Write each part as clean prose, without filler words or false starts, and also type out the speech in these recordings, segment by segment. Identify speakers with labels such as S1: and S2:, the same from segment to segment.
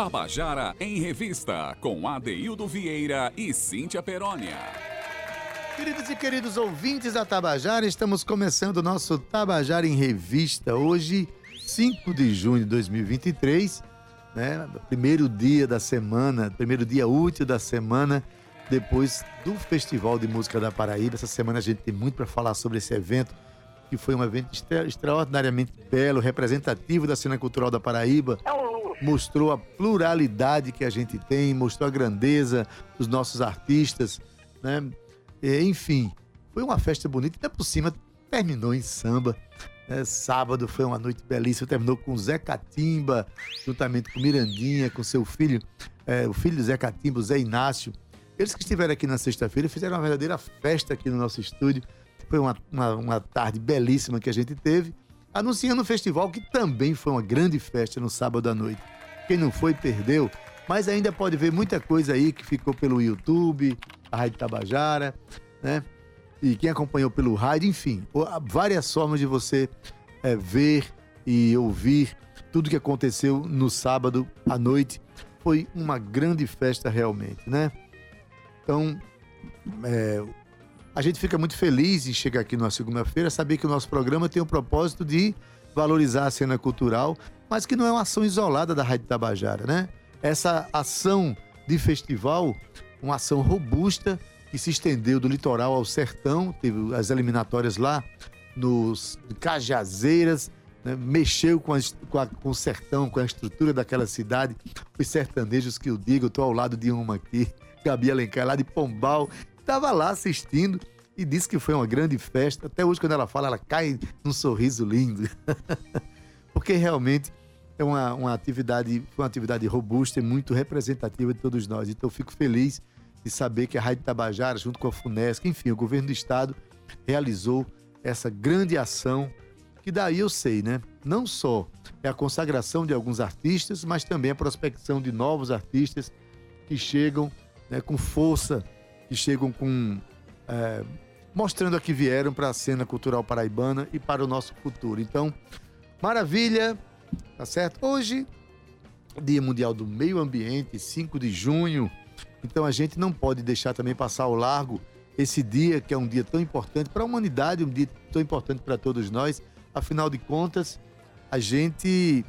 S1: Tabajara em Revista, com Adeildo Vieira e Cíntia Perônia.
S2: Queridos e queridos ouvintes da Tabajara, estamos começando o nosso Tabajara em Revista. Hoje, 5 de junho de 2023, né? Primeiro dia da semana, primeiro dia útil da semana, depois do Festival de Música da Paraíba. Essa semana a gente tem muito para falar sobre esse evento, que foi um evento extraordinariamente belo, representativo da cena cultural da Paraíba. Mostrou a pluralidade que a gente tem, mostrou a grandeza dos nossos artistas, né? Enfim, foi uma festa bonita, e por cima terminou em samba. Sábado foi uma noite belíssima, terminou com Zé Catimba, juntamente com Mirandinha, com seu filho, o filho do Zé Catimba, o Zé Inácio. Eles que estiveram aqui na sexta-feira fizeram uma verdadeira festa aqui no nosso estúdio. Foi uma tarde belíssima que a gente teve, anunciando o festival, que também foi uma grande festa no sábado à noite. Quem não foi, perdeu, mas ainda pode ver muita coisa aí que ficou pelo YouTube, a Rádio Tabajara, né? E quem acompanhou pelo rádio, enfim, várias formas de você ver e ouvir tudo que aconteceu no sábado à noite. Foi uma grande festa realmente, né? Então, a gente fica muito feliz em chegar aqui numa segunda-feira, saber que o nosso programa tem o propósito de valorizar a cena cultural, mas que não é uma ação isolada da Rádio Tabajara, né? Essa ação de festival, uma ação robusta, que se estendeu do litoral ao sertão, teve as eliminatórias lá nos Cajazeiras, né? Mexeu com o sertão, com a estrutura daquela cidade. Os sertanejos que eu digo, eu estou ao lado de uma aqui, Gabi Alencar, lá de Pombal, estava lá assistindo e disse que foi uma grande festa. Até hoje, quando ela fala, ela cai num sorriso lindo. Porque realmente é uma atividade robusta e muito representativa de todos nós. Então eu fico feliz de saber que a Rádio Tabajara, junto com a Funesc, enfim, o governo do estado, realizou essa grande ação, que daí eu sei, né? Não só é a consagração de alguns artistas, mas também a prospecção de novos artistas que chegam, né, com força, que chegam mostrando a que vieram para a cena cultural paraibana e para o nosso futuro. Então, maravilha, tá certo? Hoje, Dia Mundial do Meio Ambiente, 5 de junho, então a gente não pode deixar também passar ao largo esse dia, que é um dia tão importante para a humanidade, um dia tão importante para todos nós. Afinal de contas, a gente...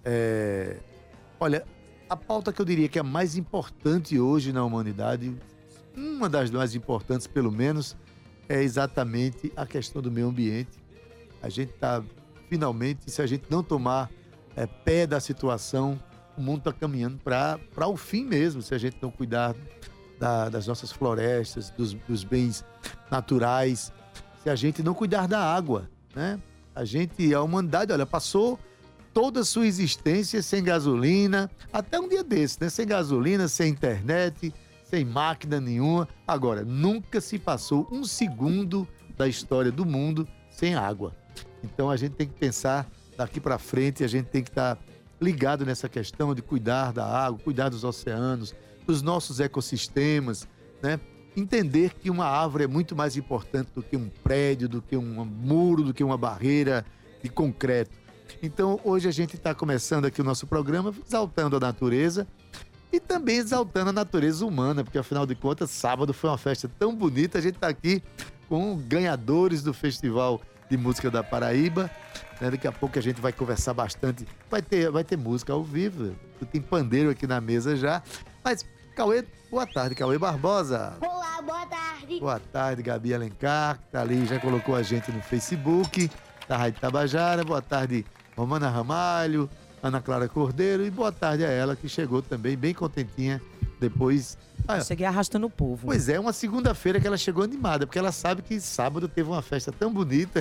S2: Olha, a pauta que eu diria que é a mais importante hoje na humanidade, uma das mais importantes pelo menos, é exatamente a questão do meio ambiente. A gente está, finalmente, se a gente não tomar pé da situação, o mundo está caminhando para o fim mesmo, se a gente não cuidar das nossas florestas, dos bens naturais, se a gente não cuidar da água, né? A humanidade, olha, passou toda a sua existência sem gasolina, até um dia desse, né? Sem gasolina, sem internet, sem máquina nenhuma. Agora, nunca se passou um segundo da história do mundo sem água. Então a gente tem que pensar daqui para frente, a gente tem que estar ligado nessa questão de cuidar da água, cuidar dos oceanos, dos nossos ecossistemas, né? Entender que uma árvore é muito mais importante do que um prédio, do que um muro, do que uma barreira de concreto. Então, hoje a gente está começando aqui o nosso programa exaltando a natureza e também exaltando a natureza humana, porque afinal de contas, sábado foi uma festa tão bonita. A gente está aqui com ganhadores do Festival de Música da Paraíba, né? Daqui a pouco a gente vai conversar bastante, vai ter música ao vivo, tem pandeiro aqui na mesa já, mas Cauê, boa tarde, Cauê Barbosa.
S3: Olá, boa tarde.
S2: Boa tarde, Gabi Alencar, que tá ali, já colocou a gente no Facebook da Rádio Tabajara. Boa tarde, Romana Ramalho, Ana Clara Cordeiro, e boa tarde a ela, que chegou também bem contentinha depois.
S4: Cheguei arrastando o povo.
S2: Pois é, uma segunda-feira que ela chegou animada, porque ela sabe que sábado teve uma festa tão bonita.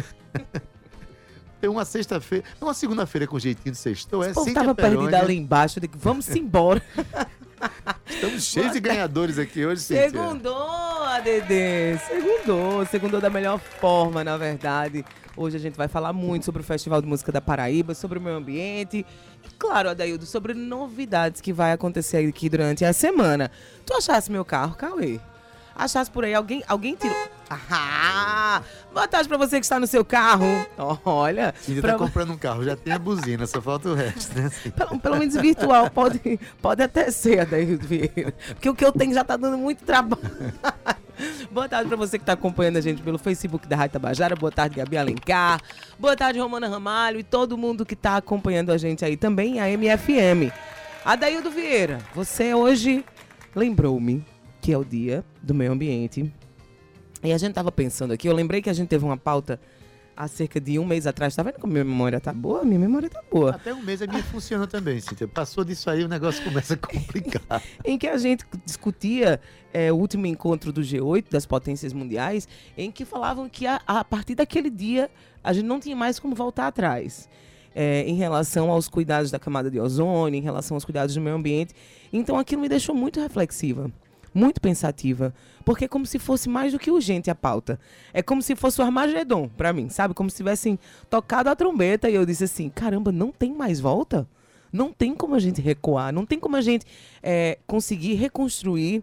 S2: Tem uma sexta-feira, uma segunda-feira com jeitinho de sextou.
S4: O povo tava perdido ali embaixo, eu digo, vamos embora.
S2: Estamos cheios de ganhadores aqui hoje, Cíntia.
S4: Segundou, ADD. Segundou da melhor forma, na verdade. Hoje a gente vai falar muito sobre o Festival de Música da Paraíba, sobre o meio ambiente e, claro, Adaildo, sobre novidades que vai acontecer aqui durante a semana. Tu achasse meu carro, Cauê? Achasse por aí, alguém tirou... Boa tarde pra você que está no seu carro. Olha.
S2: Cíntia tá comprando um carro, já tem a buzina, só falta o resto, né?
S4: Pelo menos virtual, pode até ser, Adaildo Vieira. Porque o que eu tenho já tá dando muito trabalho. Boa tarde pra você que tá acompanhando a gente pelo Facebook da Rádio Tabajara. Boa tarde, Gabi Alencar. Boa tarde, Romana Ramalho e todo mundo que tá acompanhando a gente aí também, a MFM. Adaildo Vieira, você hoje lembrou-me que é o dia do meio ambiente. E a gente tava pensando aqui, eu lembrei que a gente teve uma pauta há cerca de um mês atrás. Tá vendo como minha memória tá boa? Minha memória tá boa.
S2: Até um mês a minha funciona também, Cíntia. Passou disso aí, o negócio começa a complicar.
S4: Em que a gente discutia o último encontro do G8, das potências mundiais, em que falavam que a partir daquele dia a gente não tinha mais como voltar atrás. Em relação aos cuidados da camada de ozônio, em relação aos cuidados do meio ambiente. Então aquilo me deixou muito reflexiva, muito pensativa, porque é como se fosse mais do que urgente a pauta. É como se fosse o Armagedon pra mim, sabe? Como se tivessem tocado a trombeta e eu disse assim, caramba, não tem mais volta? Não tem como a gente recuar, não tem como a gente conseguir reconstruir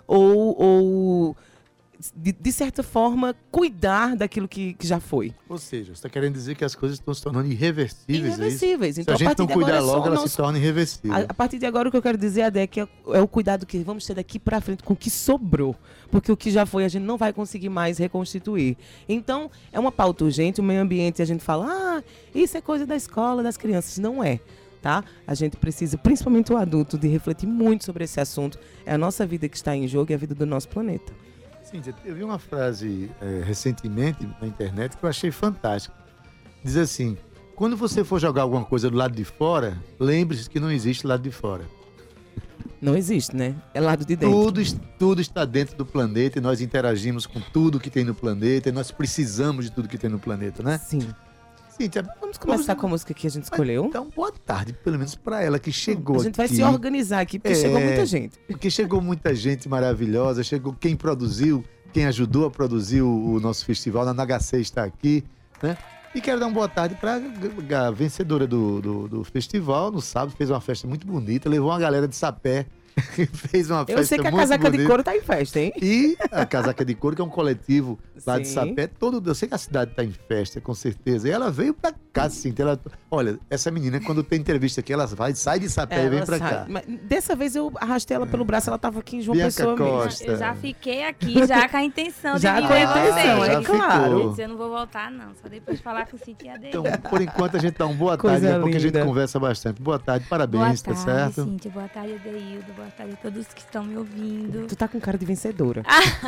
S4: ou de certa forma, cuidar daquilo que já foi.
S2: Ou seja, você está querendo dizer que as coisas estão se tornando irreversíveis,
S4: irreversíveis.
S2: Então, se a gente não cuidar logo, ela se torna irreversível.
S4: A partir de agora, o que eu quero dizer, Adé, que é o cuidado que vamos ter daqui para frente com o que sobrou. Porque o que já foi, a gente não vai conseguir mais reconstituir. Então, é uma pauta urgente, o meio ambiente, a gente fala, isso é coisa da escola, das crianças. Não é. Tá? A gente precisa, principalmente o adulto, de refletir muito sobre esse assunto. É a nossa vida que está em jogo e a vida do nosso planeta.
S2: Cíntia, eu vi uma frase recentemente na internet que eu achei fantástica. Diz assim, quando você for jogar alguma coisa do lado de fora, lembre-se que não existe lado de fora.
S4: Não existe, né? É lado de dentro.
S2: Tudo está dentro do planeta e nós interagimos com tudo que tem no planeta e nós precisamos de tudo que tem no planeta, né?
S4: Sim.
S2: Cíntia,
S4: vamos começar com a música que a gente escolheu?
S2: Então, boa tarde, pelo menos para ela que chegou aqui.
S4: A gente vai se organizar aqui, porque chegou muita gente.
S2: Porque chegou muita gente maravilhosa, chegou quem produziu, quem ajudou a produzir o nosso festival, na NH6 está aqui, né? E quero dar uma boa tarde para a vencedora do festival, no sábado, fez uma festa muito bonita, levou uma galera de Sapé, fez uma festa muito bonita.
S4: Eu sei que a Casaca de Couro tá em festa, hein?
S2: E a Casaca de Couro, que é um coletivo lá de Sapé, eu sei que a cidade tá em festa, com certeza. E ela veio pra cá, assim. Olha, essa menina, quando tem entrevista aqui, ela sai de Sapé e vem pra cá.
S4: Mas dessa vez eu arrastei ela pelo braço, ela tava aqui em João
S2: Bianca
S4: Pessoa
S2: Costa.
S3: Eu já fiquei aqui, já com a intenção
S4: já
S3: de
S4: com a intenção,
S2: já
S4: claro.
S3: Eu não vou voltar, não. Só depois de falar com o Cíntia dele.
S2: Então, por enquanto, a gente dá uma boa
S4: Coisa
S2: tarde, porque a gente
S4: linda.
S2: conversa bastante. Boa tarde, parabéns,
S3: boa
S2: tá
S3: tarde,
S2: certo?
S3: Cíntia. Boa tarde, Adeildo. Boa tarde a todos que estão me ouvindo.
S4: Tu tá com cara de vencedora.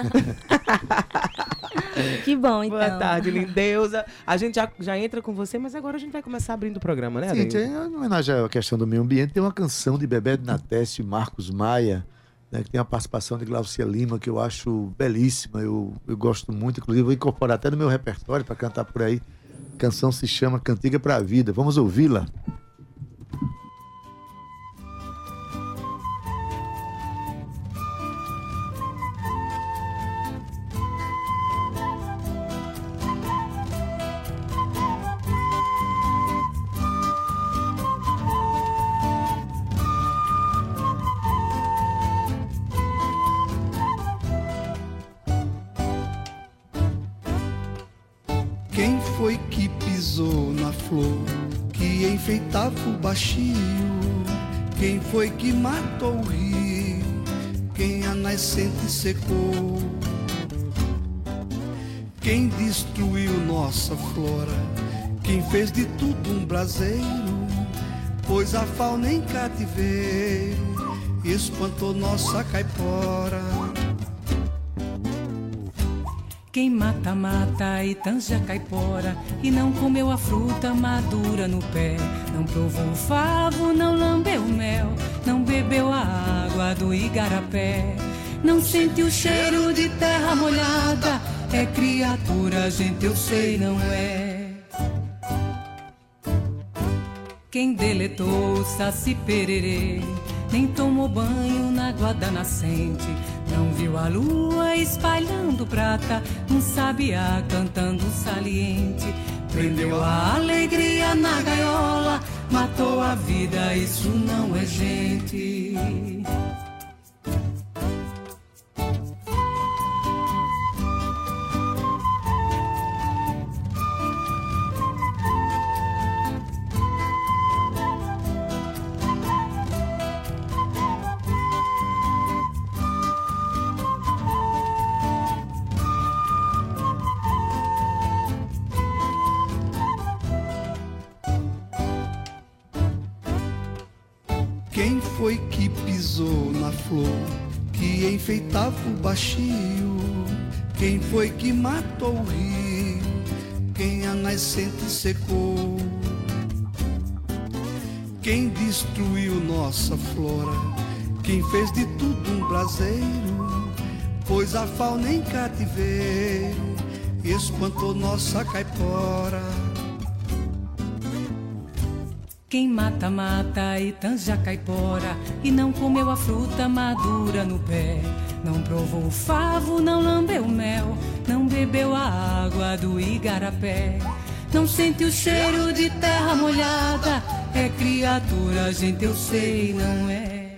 S3: Que bom, então.
S4: Boa tarde, lindeusa. A gente já entra com você, mas agora a gente vai começar abrindo o programa, né, Adeildo?
S2: Cíntia, em homenagem à questão do meio ambiente, tem uma canção de Bebé de Nateste e Marcos Maia, né, que tem a participação de Glaucia Lima, que eu acho belíssima, eu gosto muito, inclusive vou incorporar até no meu repertório para cantar por aí. A canção se chama Cantiga pra Vida. Vamos ouvi-la?
S5: Quem foi que pisou na flor que enfeitava o baixio? Quem foi que matou o rio? Quem a nascente secou? Quem destruiu nossa flora? Quem fez de tudo um braseiro? Pôs a fauna em cativeiro e espantou nossa caipora.
S6: Quem mata, mata e tanja caipora e não comeu a fruta madura no pé. Não provou o favo, não lambeu o mel, não bebeu a água do igarapé. Não sente o cheiro de terra molhada, é criatura, gente, eu sei, não é. Quem deletou o saci pererê, nem tomou banho na água da nascente. Não viu a lua espalhando prata, um sabiá cantando saliente. Prendeu a alegria na gaiola, matou a vida, isso não é gente.
S5: flor que enfeitava o baixio? Quem foi que matou o rio? Quem a nascente secou? Quem destruiu nossa flora? Quem fez de tudo um braseiro? Pôs a fauna em cativeiro e espantou nossa caipora.
S6: Quem mata, mata e tanja caipora, e não comeu a fruta madura no pé. Não provou o favo, não lambeu o mel, não bebeu a água do igarapé. Não sente o cheiro de terra molhada, é criatura, gente, eu sei, não é.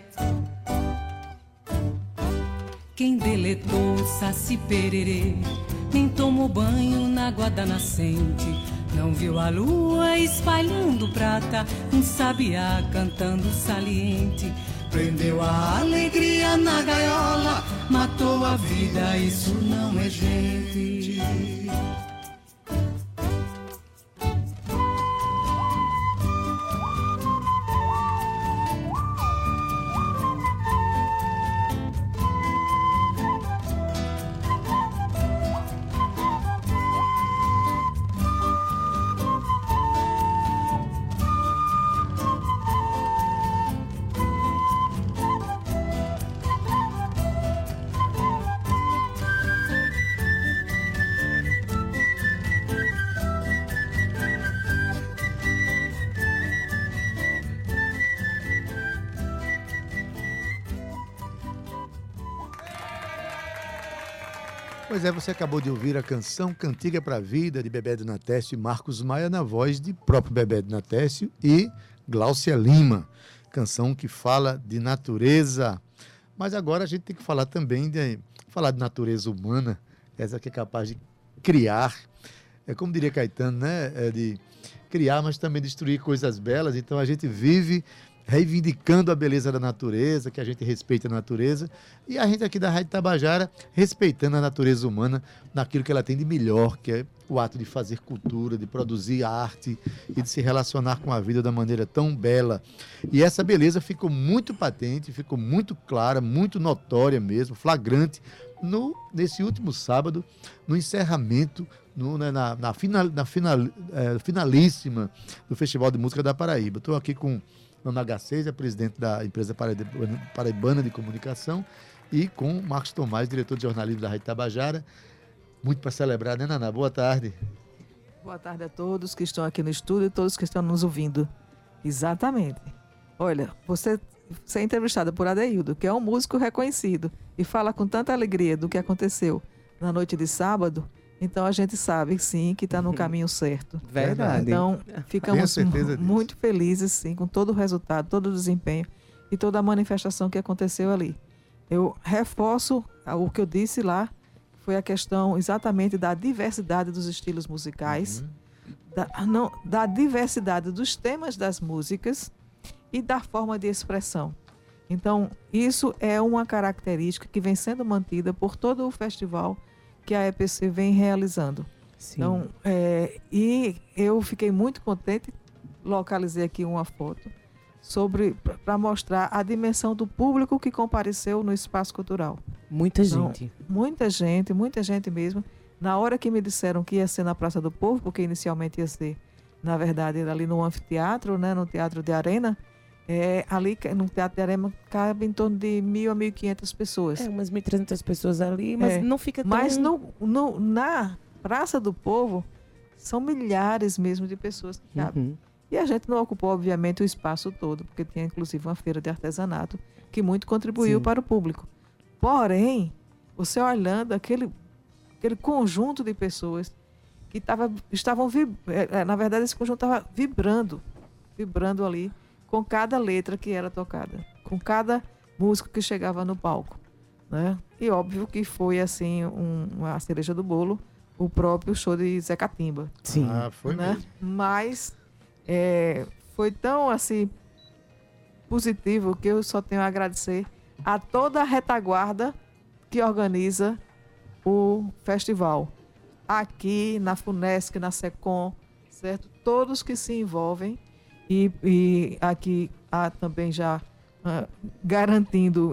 S6: Quem deletou o Saci Pererê, nem tomou banho na água da nascente, não viu a lua espalhando prata, um sabiá cantando saliente. Prendeu a alegria na gaiola, matou a vida, isso não é gente.
S2: Pois é, você acabou de ouvir a canção Cantiga pra Vida, de Bebeto Natécio e Marcos Maia, na voz de próprio Bebeto Natécio e Gláucia Lima. Canção que fala de natureza. Mas agora a gente tem que falar também de natureza humana, essa que é capaz de criar, como diria Caetano, né? De criar, mas também destruir coisas belas. Então a gente vive reivindicando a beleza da natureza, que a gente respeita a natureza, e a gente aqui da Rádio Tabajara respeitando a natureza humana naquilo que ela tem de melhor, que é o ato de fazer cultura, de produzir arte e de se relacionar com a vida da maneira tão bela. E essa beleza ficou muito patente, ficou muito clara, muito notória mesmo, flagrante, nesse último sábado, no encerramento, finalíssima do Festival de Música da Paraíba. Estou aqui com Ana H6, a presidente da empresa Paraibana de Comunicação, e com Marcos Tomás, diretor de jornalismo da Rádio Tabajara. Muito para celebrar, né, Naná? Boa tarde.
S7: Boa tarde a todos que estão aqui no estúdio e todos que estão nos ouvindo. Exatamente. Olha, você é entrevistada por Adeildo, que é um músico reconhecido, e fala com tanta alegria do que aconteceu na noite de sábado. Então a gente sabe, sim, que está no caminho certo.
S4: Verdade.
S7: Então ficamos muito felizes, sim, com todo o resultado, todo o desempenho e toda a manifestação que aconteceu ali. Eu reforço o que eu disse lá, foi a questão exatamente da diversidade dos estilos musicais, da diversidade dos temas das músicas e da forma de expressão. Então, isso é uma característica que vem sendo mantida por todo o festival que a EPC vem realizando. Sim. Então, e eu fiquei muito contente, localizei aqui uma foto para mostrar a dimensão do público que compareceu no espaço cultural.
S4: Muita gente.
S7: Muita gente mesmo. Na hora que me disseram que ia ser na Praça do Povo, porque inicialmente ia ser, na verdade, ali no anfiteatro, né, no Teatro de Arena, ali no Teatro de Arena cabe em torno de 1.000 a 1.500 pessoas.
S4: Umas 1.300 pessoas ali, mas não fica tão...
S7: Mas na Praça do Povo são milhares mesmo de pessoas que cabem. E a gente não ocupou, obviamente, o espaço todo, porque tinha inclusive uma feira de artesanato que muito contribuiu para o público. Porém, você olhando aquele conjunto de pessoas que estavam na verdade, esse conjunto estava vibrando ali, com cada letra que era tocada, com cada músico que chegava no palco, né? E óbvio que foi assim uma cereja do bolo, o próprio show de Zé Catimba.
S4: Sim.
S2: Foi
S7: né?
S2: mesmo.
S7: Mas foi tão assim positivo que eu só tenho a agradecer a toda a retaguarda que organiza o festival. Aqui na FUNESC, na SECOM, certo? Todos que se envolvem. E aqui há também já garantindo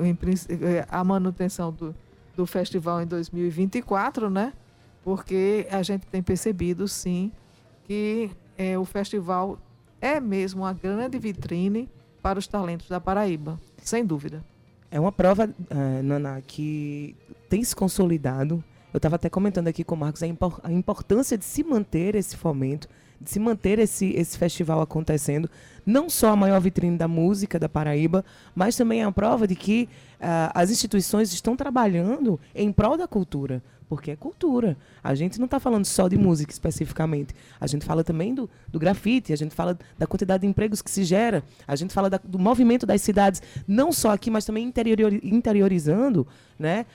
S7: a manutenção do festival em 2024, né? Porque a gente tem percebido, sim, que o festival é mesmo uma grande vitrine para os talentos da Paraíba, sem dúvida.
S4: É uma prova, Naná, que tem se consolidado. Eu estava até comentando aqui com o Marcos a importância de se manter esse fomento, de se manter esse festival acontecendo, não só a maior vitrine da música da Paraíba, mas também é a prova de que as instituições estão trabalhando em prol da cultura, porque é cultura. A gente não está falando só de música especificamente, a gente fala também do grafite, a gente fala da quantidade de empregos que se gera, a gente fala do movimento das cidades, não só aqui, mas também interiorizando, né,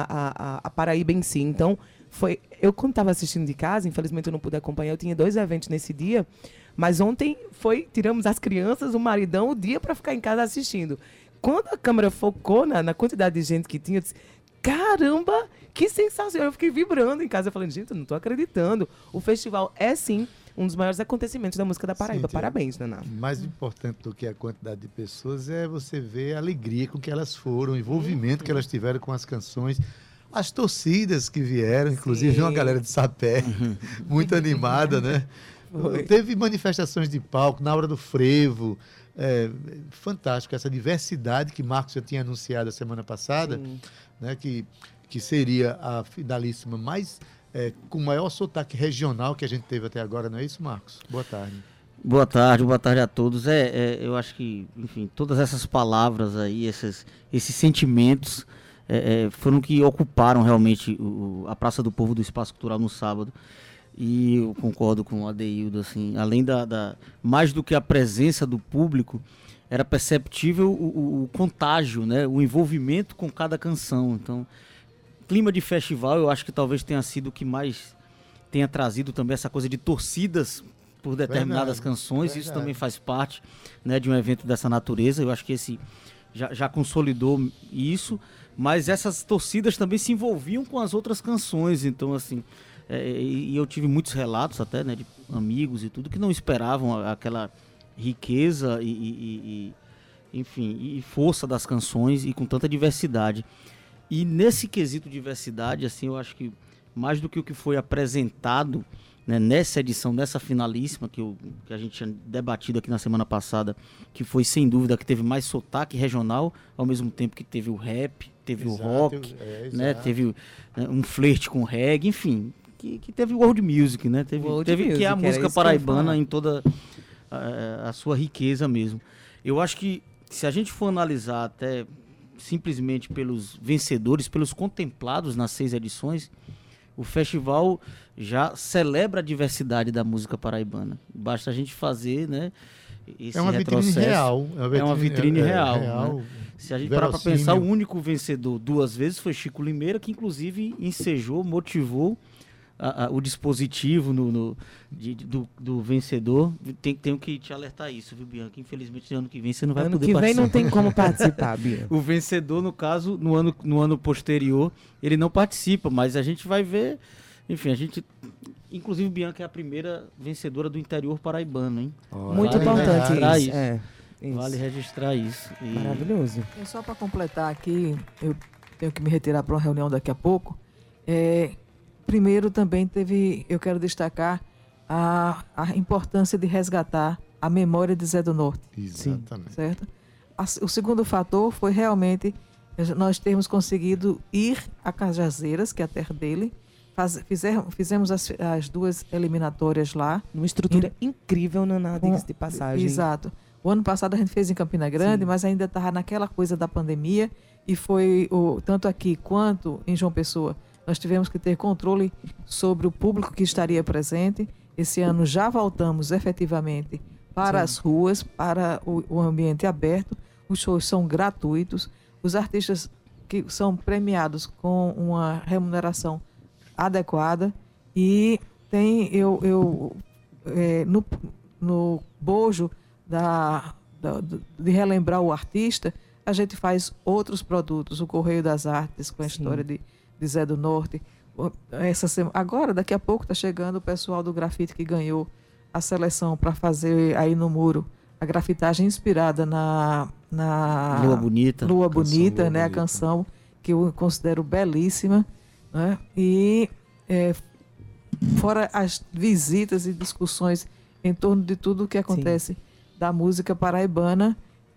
S4: a Paraíba em si. Então, eu quando estava assistindo de casa, infelizmente eu não pude acompanhar, eu tinha 2 eventos nesse dia, mas ontem tiramos as crianças, o maridão, o dia para ficar em casa assistindo. Quando a câmera focou na quantidade de gente que tinha, eu disse, caramba, que sensacional. Eu fiquei vibrando em casa, falando, gente, eu não estou acreditando. O festival é, sim, um dos maiores acontecimentos da música da Paraíba. Sim, parabéns, Naná.
S2: Mais importante do que a quantidade de pessoas é você ver a alegria com que elas foram, o envolvimento que elas tiveram com as canções. As torcidas que vieram, inclusive uma galera de Sapé, muito animada, né? Teve manifestações de palco na hora do frevo. Fantástico, essa diversidade que Marcos já tinha anunciado a semana passada, né? Que seria a finalíssima mais com o maior sotaque regional que a gente teve até agora, não é isso, Marcos? Boa tarde.
S8: Boa tarde a todos. Eu acho que, enfim, todas essas palavras aí, esses sentimentos foram que ocuparam realmente a Praça do Povo do Espaço Cultural no sábado. E eu concordo com o Adeildo, assim, além mais do que a presença do público, era perceptível o contágio, né, o envolvimento com cada canção. Então, clima de festival, eu acho que talvez tenha sido o que mais tenha trazido também essa coisa de torcidas por determinadas canções. Isso também faz parte, né, de um evento dessa natureza. Eu acho que esse já consolidou isso, mas essas torcidas também se envolviam com as outras canções. Então, assim, e eu tive muitos relatos até, né, de amigos e tudo que não esperavam aquela riqueza enfim, e força das canções e com tanta diversidade. E nesse quesito diversidade, assim, eu acho que mais do que o que foi apresentado, né, nessa edição, nessa finalíssima que a gente tinha debatido aqui na semana passada, que foi sem dúvida que teve mais sotaque regional, ao mesmo tempo que teve o rap, teve o rock, né, teve um flerte com o reggae, enfim, que teve o world music, né, teve music, que é a música paraibana em toda a sua riqueza mesmo. Eu acho que se a gente for analisar até simplesmente pelos vencedores, pelos contemplados nas 6 edições, o festival já celebra a diversidade da música paraibana. Basta a gente fazer, né, esse retrocesso.
S2: Vitrine real.
S8: É uma vitrine real.
S2: Né?
S8: Se a gente parar para pensar, o único vencedor 2 vezes foi Chico Limeira, que inclusive ensejou, motivou o dispositivo do vencedor. Tenho que te alertar isso, viu, Bianca? Infelizmente, no ano que vem você não vai poder participar.
S4: Ano que vem não tem como participar, Bianca.
S8: O vencedor, no caso, no ano posterior, ele não participa, mas a gente vai ver. Enfim, inclusive, Bianca é a primeira vencedora do interior paraibano, hein?
S4: Muito importante isso.
S8: Isso. Vale registrar isso.
S4: Maravilhoso.
S7: Só para completar aqui, eu tenho que me retirar para uma reunião daqui a pouco. Primeiro também eu quero destacar a importância de resgatar a memória de Zé do Norte.
S2: Exatamente.
S7: Certo? O segundo fator foi realmente nós termos conseguido ir a Cajazeiras, que é a terra dele. Fizemos as 2 eliminatórias lá.
S4: Uma estrutura incrível, Naná, diga-se de passagem.
S7: Exato. O ano passado a gente fez em Campina Grande, mas ainda estava naquela coisa da pandemia e foi, tanto aqui quanto em João Pessoa, nós tivemos que ter controle sobre o público que estaria presente. Esse ano já voltamos efetivamente para as ruas, para o ambiente aberto. Os shows são gratuitos. Os artistas que são premiados com uma remuneração adequada. E tem no bojo de relembrar o artista, a gente faz outros produtos. O Correio das Artes, com a história de Zé do Norte. Agora, daqui a pouco, está chegando o pessoal do grafite que ganhou a seleção para fazer aí no muro a grafitagem inspirada na
S8: Lua Bonita.
S7: Lua Bonita, né?
S2: Bonita.
S7: A canção que eu considero belíssima, né? E fora as visitas e discussões em torno de tudo o que acontece da música paraibana,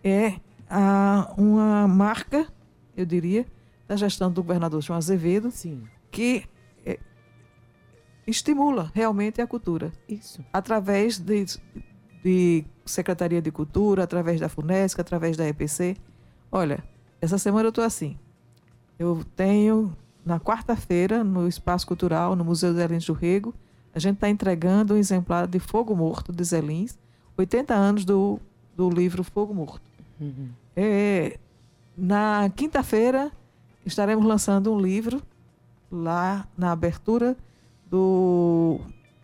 S7: uma marca, eu diria, da gestão do governador João Azevedo, que estimula realmente a cultura.
S4: Isso. Através
S7: de Secretaria de Cultura, através da FUNESC, através da EPC. Olha, essa semana eu estou assim. Eu tenho, na quarta-feira, no Espaço Cultural, no Museu Zé Lins do Rego, a gente está entregando um exemplar de Fogo Morto, de Zé Lins, 80 anos do livro Fogo Morto.
S4: Uhum.
S7: Na quinta-feira, estaremos lançando um livro lá na abertura do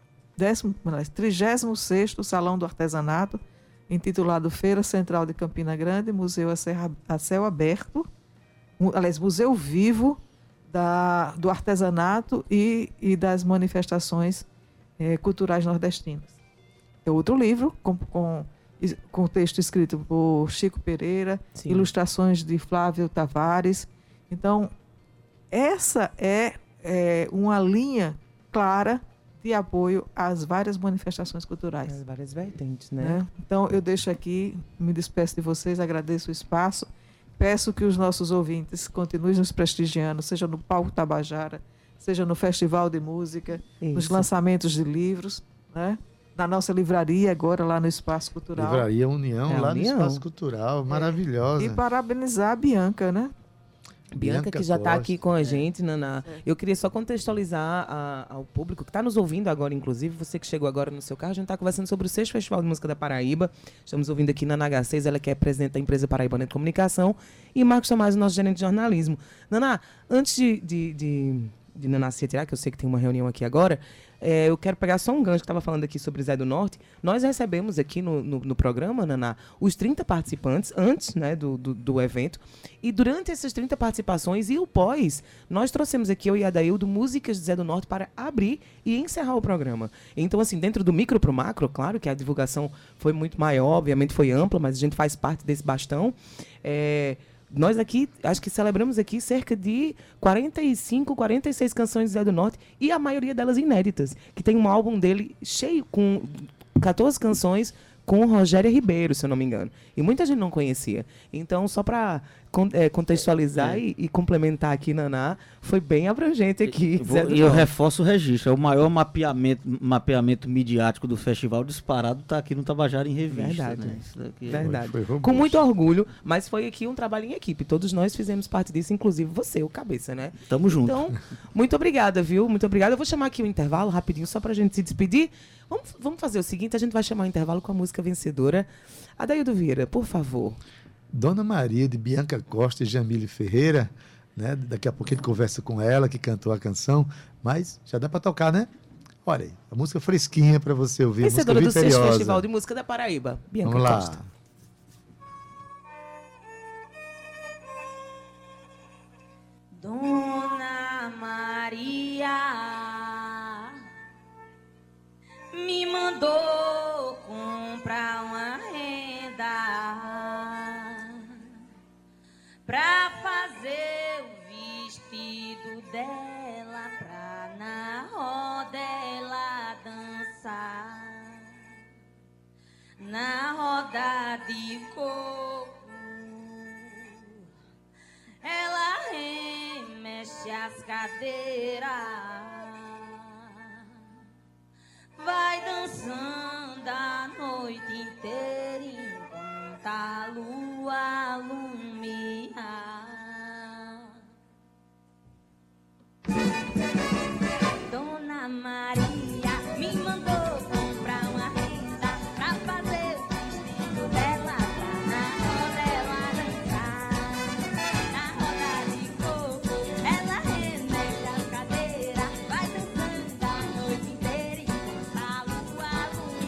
S7: 36º Salão do Artesanato, intitulado Feira Central de Campina Grande, Museu a Céu Aberto, Museu Vivo do Artesanato e das Manifestações Culturais Nordestinas. É outro livro com texto escrito por Chico Pereira, ilustrações de Flávio Tavares. Então, essa é uma linha clara de apoio às várias manifestações culturais.
S4: As várias vertentes, né?
S7: Então, eu deixo aqui, me despeço de vocês, agradeço o espaço, peço que os nossos ouvintes continuem nos prestigiando, seja no Palco Tabajara, seja no Festival de Música, nos lançamentos de livros, né? Na nossa livraria agora, lá no Espaço Cultural.
S2: Livraria União, lá no Espaço Cultural, maravilhosa.
S7: E parabenizar a Bianca, né?
S4: Bianca, que já está aqui com a gente, Naná. Eu queria só contextualizar ao público que está nos ouvindo agora, inclusive, você que chegou agora no seu carro, a gente está conversando sobre o 6º Festival de Música da Paraíba. Estamos ouvindo aqui Naná H6, ela que é presidente da empresa Paraibana de Comunicação, e Marcos Tomás, o nosso gerente de jornalismo. Naná, antes de Naná se retirar, que eu sei que tem uma reunião aqui agora, eu quero pegar só um gancho que estava falando aqui sobre Zé do Norte. Nós recebemos aqui no programa, Naná, os 30 participantes antes, né, do evento. E durante essas 30 participações e o pós, nós trouxemos aqui, eu e a Adaildo, músicas de Zé do Norte para abrir e encerrar o programa. Então, assim, dentro do micro para o macro, claro que a divulgação foi muito maior, obviamente foi ampla, mas a gente faz parte desse bastão. Nós aqui, acho que celebramos aqui cerca de 45, 46 canções de Zé do Norte, e a maioria delas inéditas, que tem um álbum dele cheio com 14 canções com Rogéria Ribeiro, se eu não me engano. E muita gente não conhecia. Então, só para contextualizar e complementar aqui, Naná, foi bem abrangente aqui.
S8: E eu reforço o registro. É o maior mapeamento midiático do festival disparado, está aqui no Tabajara em Revista.
S4: Verdade.
S8: Né? Isso daqui
S4: Verdade.
S2: Foi
S4: com muito orgulho, mas foi aqui um trabalho em equipe. Todos nós fizemos parte disso, inclusive você, o Cabeça, né?
S8: Tamo junto.
S4: Então, muito obrigada, viu? Muito obrigada. Eu vou chamar aqui o intervalo rapidinho, só pra gente se despedir. Vamos fazer o seguinte, a gente vai chamar o intervalo com a música vencedora. Adaildo Vieira, por favor.
S2: Dona Maria, de Bianca Costa e Jamile Ferreira, né? Daqui a pouco a gente conversa com ela, que cantou a canção, mas já dá para tocar, né? Olha aí, a música fresquinha para você ouvir.
S4: Vencedora do 6º
S2: vitoriosa.
S4: Festival de Música da Paraíba, Bianca
S2: Vamos lá.
S4: Costa.
S3: Dona Maria me mandou comprar uma renda pra fazer o vestido dela, pra na roda ela dançar, na roda de coco ela remexe as cadeiras, vai dançando a noite inteira enquanto a lua ilumina. Dona Maria me mandou comprar uma renda pra fazer o vestido dela, pra na roda ela dançar, na roda de coco ela remexe as cadeiras, vai dançando a noite inteira enquanto a lua ilumina.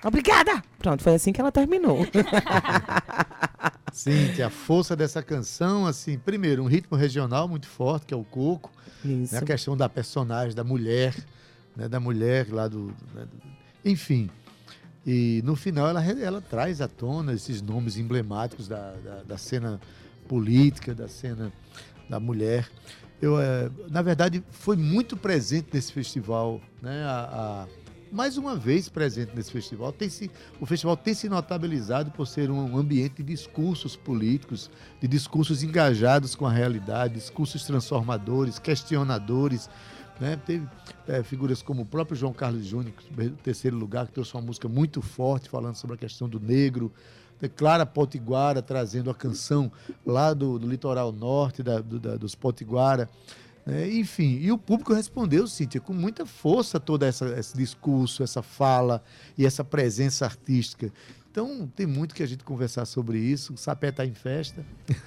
S4: Obrigada! Pronto, foi assim que ela terminou.
S2: Cíntia, a força dessa canção, assim, primeiro, um ritmo regional muito forte, que é o coco.
S4: Isso.
S2: Né, a questão da personagem, da mulher, né, lá enfim. E no final ela traz à tona esses nomes emblemáticos da cena política, da cena da mulher. Na verdade, foi muito presente nesse festival, né? Mais uma vez presente nesse festival. O festival tem se notabilizado por ser um ambiente de discursos políticos, de discursos engajados com a realidade, discursos transformadores, questionadores. Né? Teve figuras como o próprio João Carlos Júnior, em terceiro lugar, que trouxe uma música muito forte, falando sobre a questão do negro. Clara Potiguara, trazendo a canção lá do litoral norte, dos Potiguara. Enfim, e o público respondeu, Cíntia, com muita força todo esse discurso, essa fala e essa presença artística. Então, tem muito que a gente conversar sobre isso. O Sapé está em festa.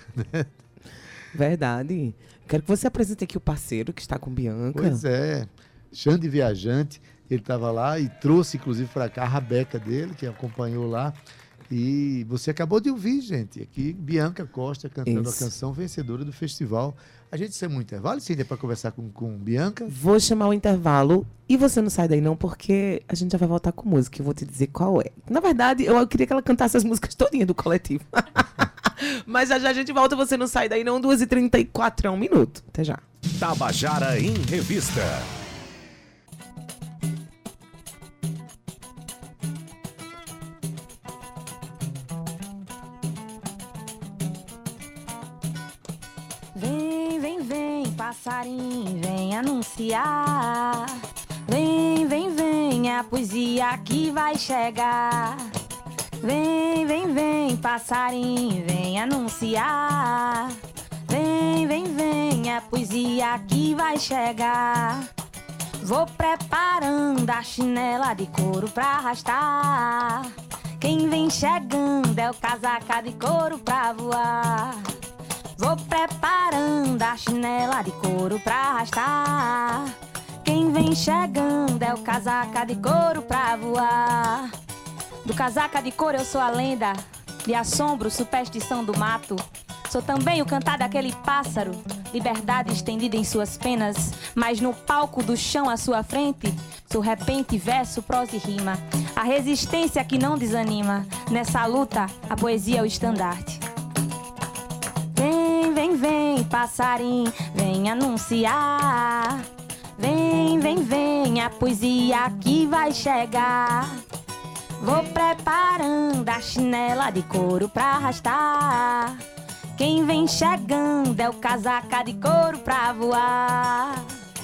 S4: Verdade. Quero que você apresente aqui o parceiro que está com Bianca.
S2: Pois é, Xande Viajante, ele estava lá e trouxe, inclusive, para cá a rabeca dele, que acompanhou lá. E você acabou de ouvir, gente, aqui Bianca Costa cantando a canção vencedora do festival. A gente chama um intervalo, Cíntia, para conversar com Bianca?
S4: Vou chamar o intervalo e você não sai daí não, porque a gente já vai voltar com música. Eu vou te dizer qual é. Na verdade, eu queria que ela cantasse as músicas todinhas do coletivo. Mas já a gente volta, você não sai daí não, 2h34, é um minuto. Até já.
S1: Tabajara em Revista.
S3: Vem, vem, vem, passarinho, vem anunciar. Vem, vem, vem, a poesia que vai chegar. Vem, vem, vem, passarinho, vem anunciar. Vem, vem, vem, a poesia que vai chegar. Vou preparando a chinela de couro pra arrastar. Quem vem chegando é o casaca de couro pra voar. Vou preparando a chinela de couro pra arrastar. Quem vem chegando é o casaca de couro pra voar. Do casaca de couro eu sou a lenda, de assombro, superstição do mato. Sou também o cantar daquele pássaro, liberdade estendida em suas penas. Mas no palco do chão à sua frente, sou repente, verso, prosa e rima. A resistência que não desanima, nessa luta a poesia é o estandarte. Vem, vem, vem, passarinho, vem anunciar. Vem, vem, vem, a poesia que vai chegar. Vou preparando a chinela de couro pra arrastar. Quem vem chegando é o casaca de couro pra voar.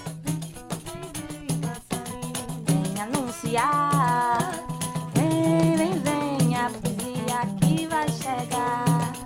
S3: Vem anunciar. Vem, vem, vem, a poesia que vai chegar.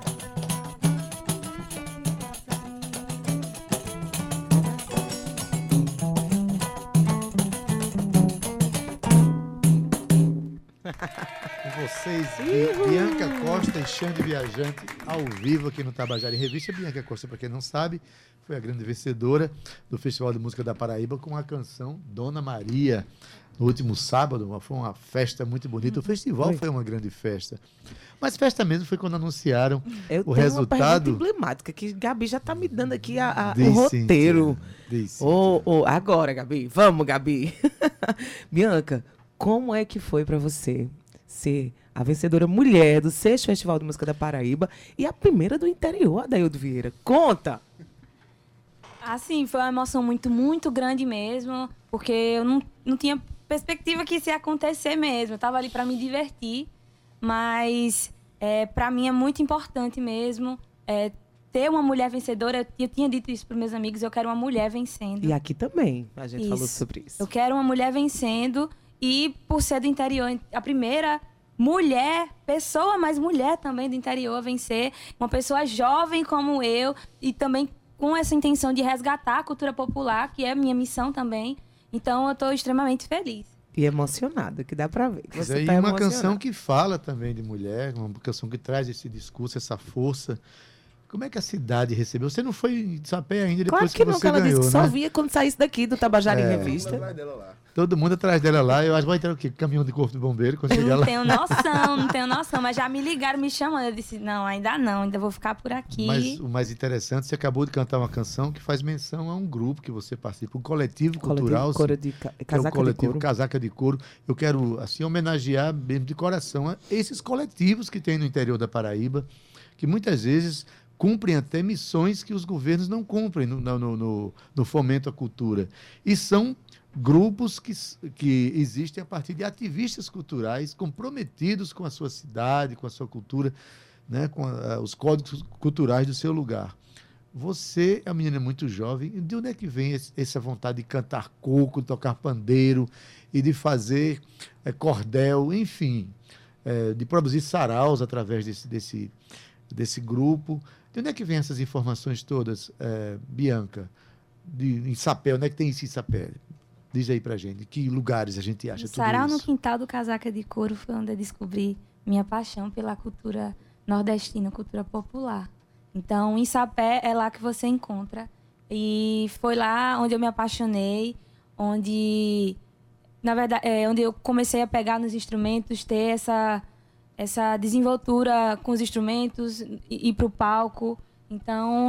S2: Com vocês, Bianca Costa e Xande Viajante, ao vivo aqui no Tabajara em Revista. Bianca Costa, para quem não sabe, foi a grande vencedora do Festival de Música da Paraíba com a canção Dona Maria. No último sábado, foi uma festa muito bonita. O festival foi uma grande festa. Mas festa mesmo foi quando anunciaram o resultado.
S4: Uma pergunta emblemática, que Gabi já está me dando aqui o roteiro. Agora, Gabi. Vamos, Gabi. Bianca, como é que foi para você ser a vencedora mulher do 6º Festival de Música da Paraíba e a primeira do interior, Adaildo Vieira? Conta!
S3: Assim, foi uma emoção muito, muito grande mesmo, porque eu não tinha perspectiva que isso ia acontecer mesmo. Eu estava ali para me divertir, mas para mim é muito importante mesmo ter uma mulher vencedora. Eu tinha dito isso para meus amigos, eu quero uma mulher vencendo.
S4: E aqui também a gente falou sobre isso.
S3: Eu quero uma mulher vencendo. E por ser do interior, a primeira mulher, pessoa, mas mulher também do interior a vencer, uma pessoa jovem como eu, e também com essa intenção de resgatar a cultura popular, que é a minha missão também. Então eu estou extremamente feliz.
S4: E emocionada, que dá para ver.
S2: Você tá uma canção que fala também de mulher, uma canção que traz esse discurso, essa força. Como é que a cidade recebeu? Você não foi em Sapé ainda depois
S4: Claro que não,
S2: você
S4: que ela
S2: ganhou,
S4: disse que
S2: né?
S4: só via quando saísse daqui do Tabajara em Revista.
S2: Todo mundo atrás dela lá. Eu acho que vai ter o quê? Caminhão de corpo de bombeiro quando chegar
S3: Não
S2: lá.
S3: não tenho noção, mas já me ligaram, me chamando. Eu disse, não, ainda vou ficar por aqui.
S2: Mas o mais interessante, você acabou de cantar uma canção que faz menção a um grupo que você participa, um coletivo cultural.
S4: Coro de
S2: que é o
S4: Casaca de
S2: coletivo
S4: Couro.
S2: Casaca de Couro. Eu quero, assim, homenagear mesmo de coração a esses coletivos que tem no interior da Paraíba, que muitas vezes cumprem até missões que os governos não cumprem no fomento à cultura. E são grupos que existem a partir de ativistas culturais comprometidos com a sua cidade, com a sua cultura, né, com os códigos culturais do seu lugar. Você é uma menina muito jovem. De onde é que vem essa vontade de cantar coco, de tocar pandeiro e de fazer cordel, enfim, de produzir saraus através desse grupo? De onde é que vem essas informações todas, Bianca? Em Sapé, onde é que tem isso em Sapé? Diz aí pra gente, que lugares a gente acha
S3: O
S2: tudo
S3: sarau no
S2: isso?
S3: quintal do Casaca de Couro foi onde eu descobri minha paixão pela cultura nordestina, cultura popular. Então, em Sapé é lá que você encontra. E foi lá onde eu me apaixonei, onde, na verdade, onde eu comecei a pegar nos instrumentos, ter essa desenvoltura com os instrumentos, ir para o palco. Então,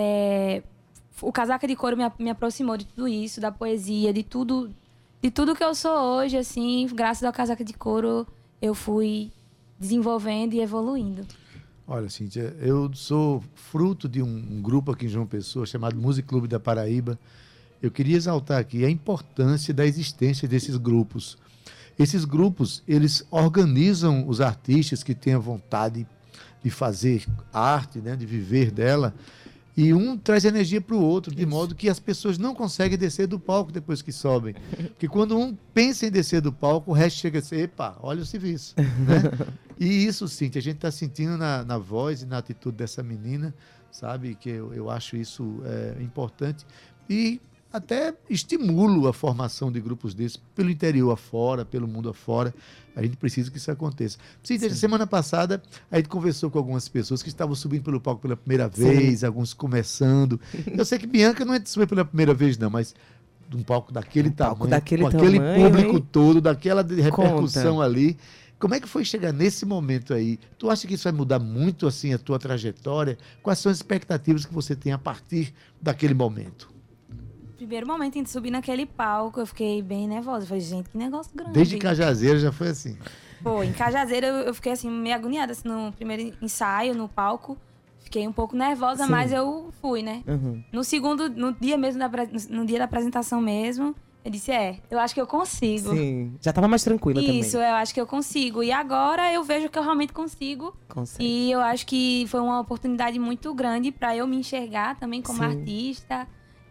S3: o Casaca de Couro me aproximou de tudo isso, da poesia, de tudo que eu sou hoje, assim, graças ao Casaca de Couro, eu fui desenvolvendo e evoluindo.
S2: Olha, Cíntia, eu sou fruto de um grupo aqui em João Pessoa chamado Music Clube da Paraíba. Eu queria exaltar aqui a importância da existência desses grupos. Esses grupos, eles organizam os artistas que têm a vontade de fazer arte, né, de viver dela, e um traz energia para o outro, de modo que as pessoas não conseguem descer do palco depois que sobem. Porque quando um pensa em descer do palco, o resto chega a ser, epa, olha o serviço. Né? E isso, Cíntia, a gente está sentindo na voz e na atitude dessa menina, sabe? Que eu acho isso importante. E até estimulo a formação de grupos desses pelo interior afora, pelo mundo afora. A gente precisa que isso aconteça. Cíntia, semana passada, a gente conversou com algumas pessoas que estavam subindo pelo palco pela primeira vez, alguns começando. Eu sei que Bianca não é de subir pela primeira vez, não, mas de um palco daquele tamanho, com aquele público todo, daquela repercussão ali. Como é que foi chegar nesse momento aí? Tu acha que isso vai mudar muito assim a tua trajetória? Quais são as expectativas que você tem a partir daquele momento?
S3: Primeiro momento em subir naquele palco, eu fiquei bem nervosa. Eu falei, gente, que negócio grande.
S2: Desde Cajazeiro já foi assim?
S3: Pô, em Cajazeiro eu fiquei assim, meio agoniada assim, no primeiro ensaio, no palco. Fiquei um pouco nervosa, mas eu fui, né?
S4: Uhum.
S3: No segundo, no dia mesmo, no dia da apresentação mesmo, eu disse, eu acho que eu consigo.
S4: Sim, já tava mais tranquila também.
S3: Isso, eu acho que eu consigo. E agora eu vejo que eu realmente consigo.
S4: Consegue.
S3: E eu acho que foi uma oportunidade muito grande para eu me enxergar também como artista.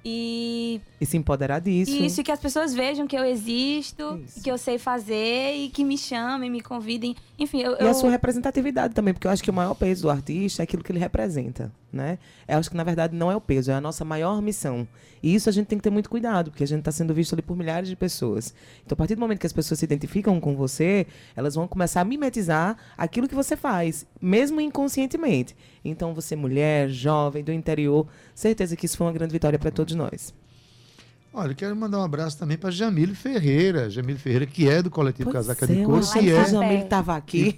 S3: E
S4: se empoderar disso.
S3: Isso, e que as pessoas vejam que eu existo, que eu sei fazer e que me chamem, me convidem. Enfim,
S4: a sua representatividade também, porque eu acho que o maior peso do artista é aquilo que ele representa, né? Eu acho que, na verdade, não é o peso, é a nossa maior missão. E isso a gente tem que ter muito cuidado, porque a gente está sendo visto ali por milhares de pessoas. Então, a partir do momento que as pessoas se identificam com você, elas vão começar a mimetizar aquilo que você faz, mesmo inconscientemente. Então, você, mulher, jovem, do interior, certeza que isso foi uma grande vitória para todos nós.
S2: Olha, eu quero mandar um abraço também para Jamile Ferreira. Jamile Ferreira, que é do coletivo Casaca de
S4: Couro.
S2: Que
S4: Jamile estava aqui.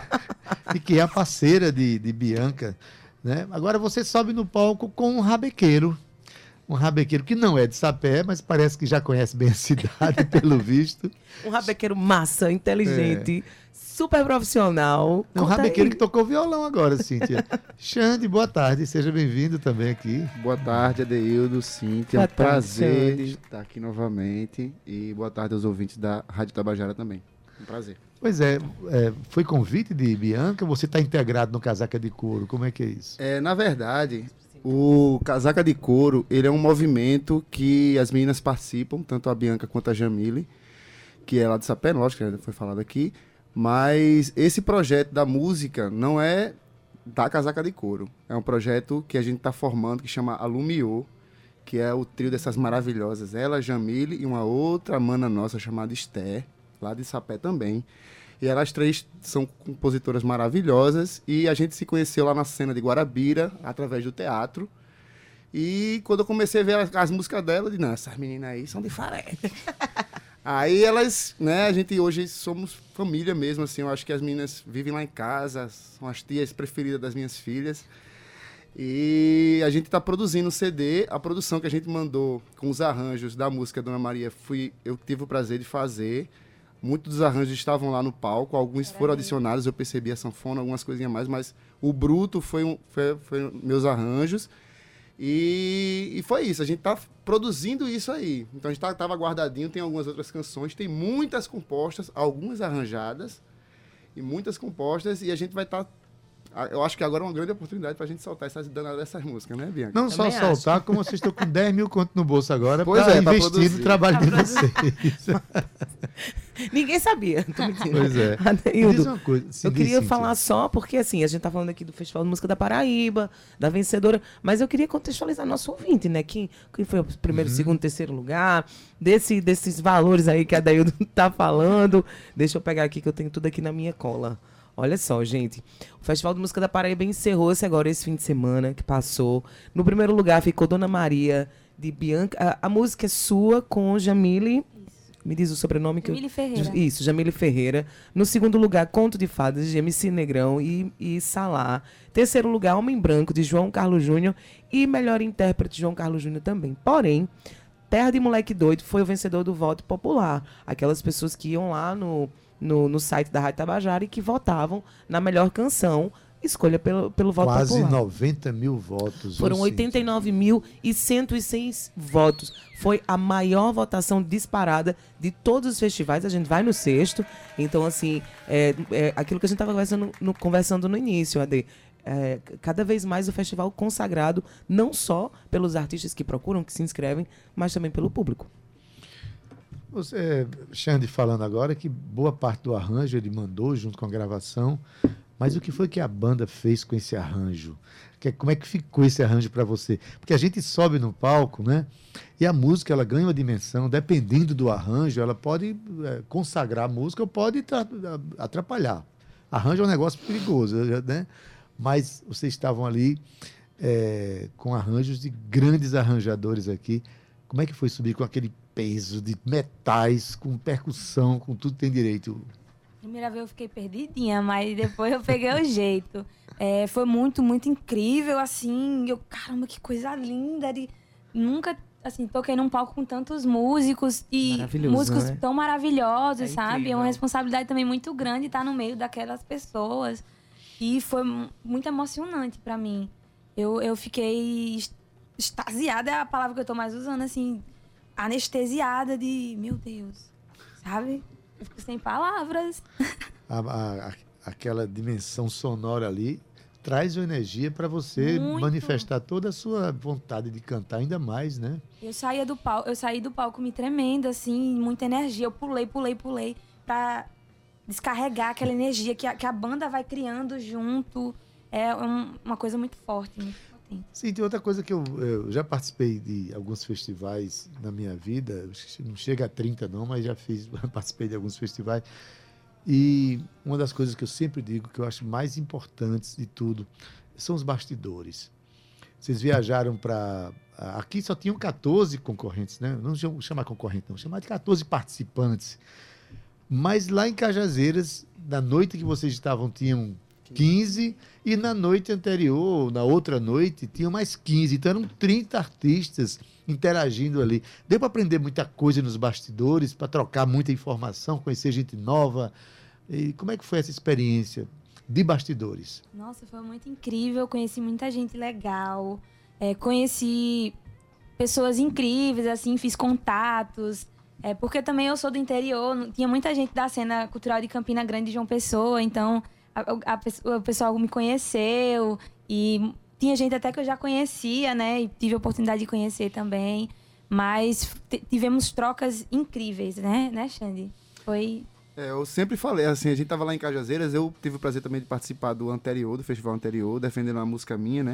S2: E que é a parceira de Bianca. Né? Agora você sobe no palco com um rabequeiro. Um rabequeiro que não é de Sapé, mas parece que já conhece bem a cidade, pelo visto.
S4: Um rabequeiro massa, inteligente, super profissional.
S2: Um rabequeiro que tocou violão agora, Cíntia. Xande, boa tarde, seja bem-vindo também aqui.
S9: Boa tarde, Adeildo, Cíntia.
S4: Boa tarde,
S9: prazer
S4: Xande.
S9: estar aqui novamente. E boa tarde aos ouvintes da Rádio Tabajara também. Um prazer.
S2: Pois foi convite de Bianca, você está integrado no Casaca de Couro, como é que é isso?
S9: Na verdade, o Casaca de Couro, ele é um movimento que as meninas participam, tanto a Bianca quanto a Jamile, que é lá de Sapé, lógico, que foi falado aqui, mas esse projeto da música não é da Casaca de Couro, é um projeto que a gente está formando, que chama Alumiô, que é o trio dessas maravilhosas, ela, Jamile e uma outra mana nossa chamada Esther, lá de Sapé também. E elas 3 são compositoras maravilhosas. E a gente se conheceu lá na cena de Guarabira, através do teatro. E quando eu comecei a ver as músicas dela, eu disse, não, essas meninas aí são diferentes. Aí elas, né, a gente hoje somos família mesmo, assim, eu acho que as meninas vivem lá em casa, são as tias preferidas das minhas filhas. E a gente está produzindo um CD, a produção que a gente mandou com os arranjos da música Dona Maria, eu tive o prazer de fazer. Muitos dos arranjos estavam lá no palco, alguns foram adicionados, eu percebi a sanfona, algumas coisinhas a mais, mas o bruto foi meus arranjos. E foi isso, a gente tá produzindo isso aí. Então a gente tava guardadinho, tem algumas outras canções, tem muitas compostas, algumas arranjadas e muitas compostas, e a gente vai estar... Eu acho que agora é uma grande oportunidade pra gente soltar essas danadas dessas músicas, né, Bianca?
S2: Não só soltar, como vocês estão com 10 mil conto no bolso agora
S9: pra
S2: investir no trabalho de vocês.
S4: Ninguém sabia. Tô mentindo.
S2: Pois é.
S4: Adeildo,
S2: Diz uma coisa,
S4: eu queria falar só, porque assim, a gente tá falando aqui do Festival de Música da Paraíba, da vencedora, mas eu queria contextualizar nosso ouvinte, né? Quem foi o primeiro, segundo, terceiro lugar, desses valores aí que a Adeildo tá falando. Deixa eu pegar aqui, que eu tenho tudo aqui na minha cola. Olha só, gente. O Festival de Música da Paraíba encerrou-se agora esse fim de semana que passou. No primeiro lugar ficou Dona Maria, de Bianca. A música é sua, com Jamile. Me diz o sobrenome.
S3: Jamile Ferreira.
S4: Isso, Jamile Ferreira. No segundo lugar, Conto de Fadas, de MC Negrão e Salá. Terceiro lugar, Homem Branco, de João Carlos Júnior. E melhor intérprete, João Carlos Júnior também. Porém, Terra de Moleque Doido foi o vencedor do voto popular. Aquelas pessoas que iam lá no site da Rádio Tabajara e que votavam na melhor canção, escolha pelo voto
S2: Quase
S4: popular.
S2: 90 mil votos.
S4: Foram 89.106 votos. Foi a maior votação disparada de todos os festivais. A gente vai no sexto. Então, assim, aquilo que a gente estava conversando no início, Ade. Cada vez mais o festival consagrado, não só pelos artistas que procuram, que se inscrevem, mas também pelo público.
S2: Você, Xande, falando agora que boa parte do arranjo ele mandou junto com a gravação, mas o que foi que a banda fez com esse arranjo? Como é que ficou esse arranjo para você? Porque a gente sobe no palco, né? E a música ela ganha uma dimensão, dependendo do arranjo, ela pode consagrar a música ou pode atrapalhar. Arranjo é um negócio perigoso, né? Mas vocês estavam ali com arranjos de grandes arranjadores aqui. Como é que foi subir com aquele peso de metais, com percussão, com tudo que tem direito?
S3: Primeira vez eu fiquei perdidinha, mas depois eu peguei o jeito. Foi muito, muito incrível, assim. Caramba, que coisa linda. Nunca, assim, toquei num palco com tantos músicos e músicos tão maravilhosos, sabe? Incrível. É uma responsabilidade também muito grande estar no meio daquelas pessoas. E foi muito emocionante pra mim. Eu fiquei extasiada, é a palavra que eu tô mais usando, assim, anestesiada de, meu Deus, sabe? Eu fico sem palavras.
S2: Aquela dimensão sonora ali traz uma energia para você manifestar toda a sua vontade de cantar ainda mais, né?
S3: Eu saí do palco me tremendo, assim, muita energia. Eu pulei pra descarregar aquela energia que a banda vai criando junto. É uma coisa muito forte, muito potente.
S2: Sim, tem outra coisa que eu já participei de alguns festivais na minha vida, não chega a 30 não, mas participei de alguns festivais. E uma das coisas que eu sempre digo, que eu acho mais importantes de tudo, são os bastidores. Vocês viajaram para... Aqui só tinham 14 concorrentes, né? Não chamar concorrente, não. Chamar de 14 participantes. Mas lá em Cajazeiras, na noite que vocês estavam, tinham 15, e na noite anterior, na outra noite, tinham mais 15. Então eram 30 artistas interagindo ali. Deu para aprender muita coisa nos bastidores, para trocar muita informação, conhecer gente nova. E como é que foi essa experiência de bastidores?
S3: Nossa, foi muito incrível. Conheci muita gente legal. Conheci pessoas incríveis, assim, fiz contatos. Porque também eu sou do interior, tinha muita gente da cena cultural de Campina Grande e João Pessoa, então o pessoal me conheceu e tinha gente até que eu já conhecia, né? E tive a oportunidade de conhecer também. Mas tivemos trocas incríveis, né, Xande? Foi...
S9: eu sempre falei, assim, a gente tava lá em Cajazeiras, eu tive o prazer também de participar do festival anterior, defendendo uma música minha, né?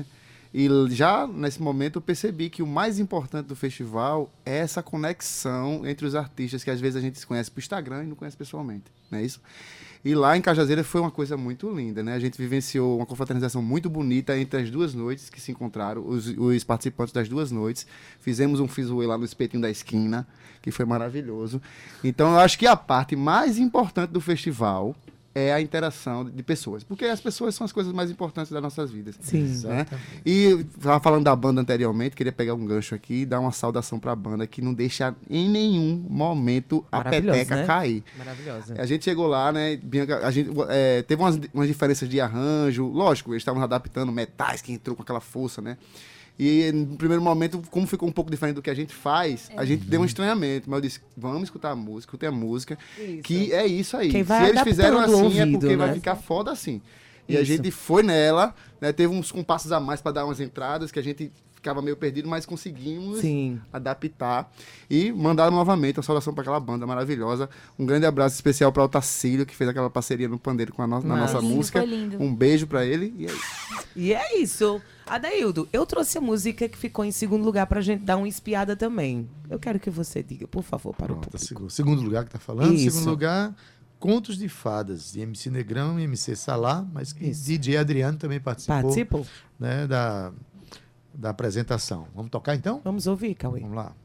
S9: E já nesse momento eu percebi que o mais importante do festival é essa conexão entre os artistas que às vezes a gente se conhece por Instagram e não conhece pessoalmente, não é isso? E lá em Cajazeiras foi uma coisa muito linda, né? A gente vivenciou uma confraternização muito bonita entre as duas noites que se encontraram, os participantes das duas noites. Fizemos um fisuê lá no Espetinho da Esquina, que foi maravilhoso. Então eu acho que a parte mais importante do festival é a interação de pessoas, porque as pessoas são as coisas mais importantes das nossas vidas.
S4: Sim,
S9: né? E estava falando da banda anteriormente, queria pegar um gancho aqui e dar uma saudação para a banda que não deixa em nenhum momento a peteca, né, cair.
S4: Maravilhosa.
S9: A gente chegou lá, né, Bianca, a gente teve umas diferenças de arranjo, lógico, eles estavam adaptando metais que entrou com aquela força, né? E no primeiro momento, como ficou um pouco diferente do que a gente faz, a gente deu um estranhamento. Mas eu disse, vamos escutar a música, escutem a música,
S4: isso.
S9: Que é isso aí.
S4: Quem
S9: Se
S4: vai
S9: eles fizeram assim,
S4: ouvido,
S9: é porque
S4: né?
S9: vai ficar foda assim. E
S4: Isso.
S9: a gente foi nela, né, teve uns compassos a mais para dar umas entradas, que a gente ficava meio perdido, mas conseguimos adaptar. E mandar novamente uma saudação para aquela banda maravilhosa. Um grande abraço especial para o Tacílio, que fez aquela parceria no pandeiro com na nossa música. Um beijo para ele. E é isso.
S4: E é isso. Adaildo, eu trouxe a música que ficou em segundo lugar pra gente dar uma espiada também. Eu quero que você diga, por favor, para o público.
S2: Segundo lugar que tá falando?
S4: Isso.
S2: Segundo lugar, Contos de Fadas, de MC Negrão e MC Salá, mas que DJ Adriano também participou. Né, da apresentação. Vamos tocar então?
S4: Vamos ouvir, Cauê.
S2: Vamos lá.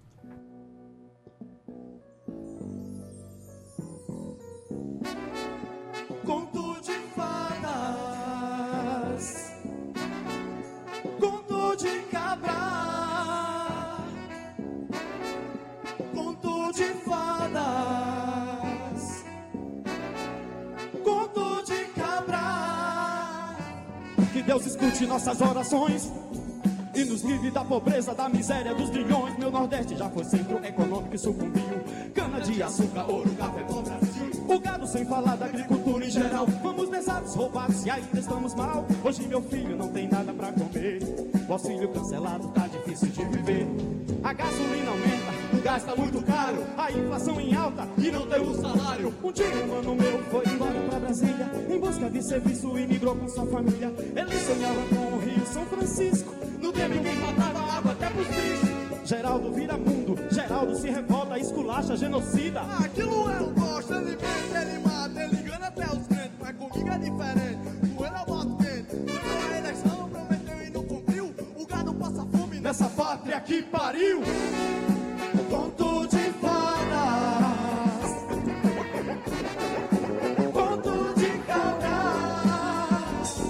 S10: Conto de fadas, conto de cabra, conto de fadas, conto de cabra. Que Deus escute nossas orações e nos livre da pobreza, da miséria, dos grilhões. Meu Nordeste já foi centro econômico e sucumbiu. Cana de açúcar, ouro, café no Brasil. O gado sem falar da agricultura em geral. Fomos lesados, roubados e ainda estamos mal. Hoje meu filho não tem nada pra comer. O auxílio cancelado, tá difícil de viver. A gasolina aumenta, o gás tá muito caro. A inflação em alta e não temos salário. Um dia um mano meu foi embora pra Brasília em busca de serviço e migrou com sua família. Ele sonhava com o Rio São Francisco. No tempo em que faltava água até pros bichos. Geraldo vira mundo, Geraldo se revolta, esculacha, genocida. Aquilo é um bosta, ele mente, ele mata, ele engana até os crentes. Mas comigo é diferente, com ele eu boto quente. Ganhou a eleição, prometeu e não cumpriu. O gado passa fome nessa pátria que pariu. Conto de fadas, conto de cabras,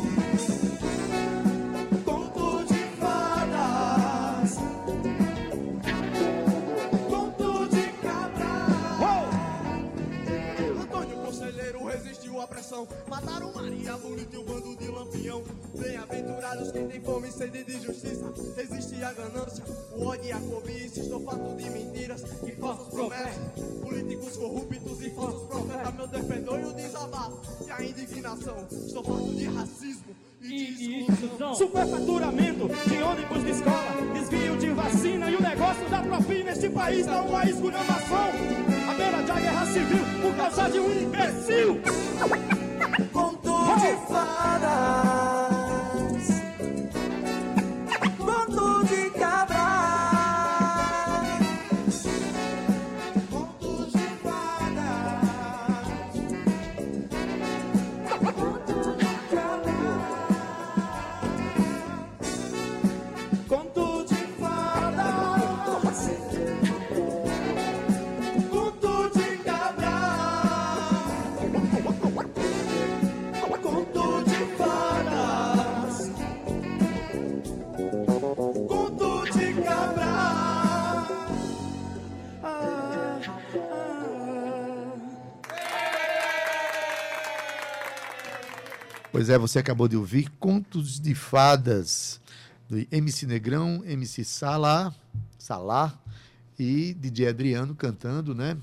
S10: conto de fadas, conto de cabras. Antônio Conselheiro resistiu à pressão. Mataram Maria Bonita e o bando de Lampião. Bem-aventurados quem tem fome e sede de justiça. Existe a ganância, o ódio e a cobiça. Estou farto de mentiras e falsas promessas. Políticos corruptos e falsos profetas. Meu defendor e o desabafo e a indignação. Estou farto de racismo e de exclusão. Superfaturamento de ônibus de escola. Desvio de vacina e o negócio da propina. Este país é uma esculhambação. À beira da guerra civil por causa de um imbecil. Conto de fadas, conto de cabras, conto de fadas, conto de cabras, conto de fadas, conto de cabras, conto de fadas, conto de cabra.
S2: Pois é, você acabou de ouvir Contos de Fadas, do MC Negrão, MC Salá e DJ Adriano cantando, né?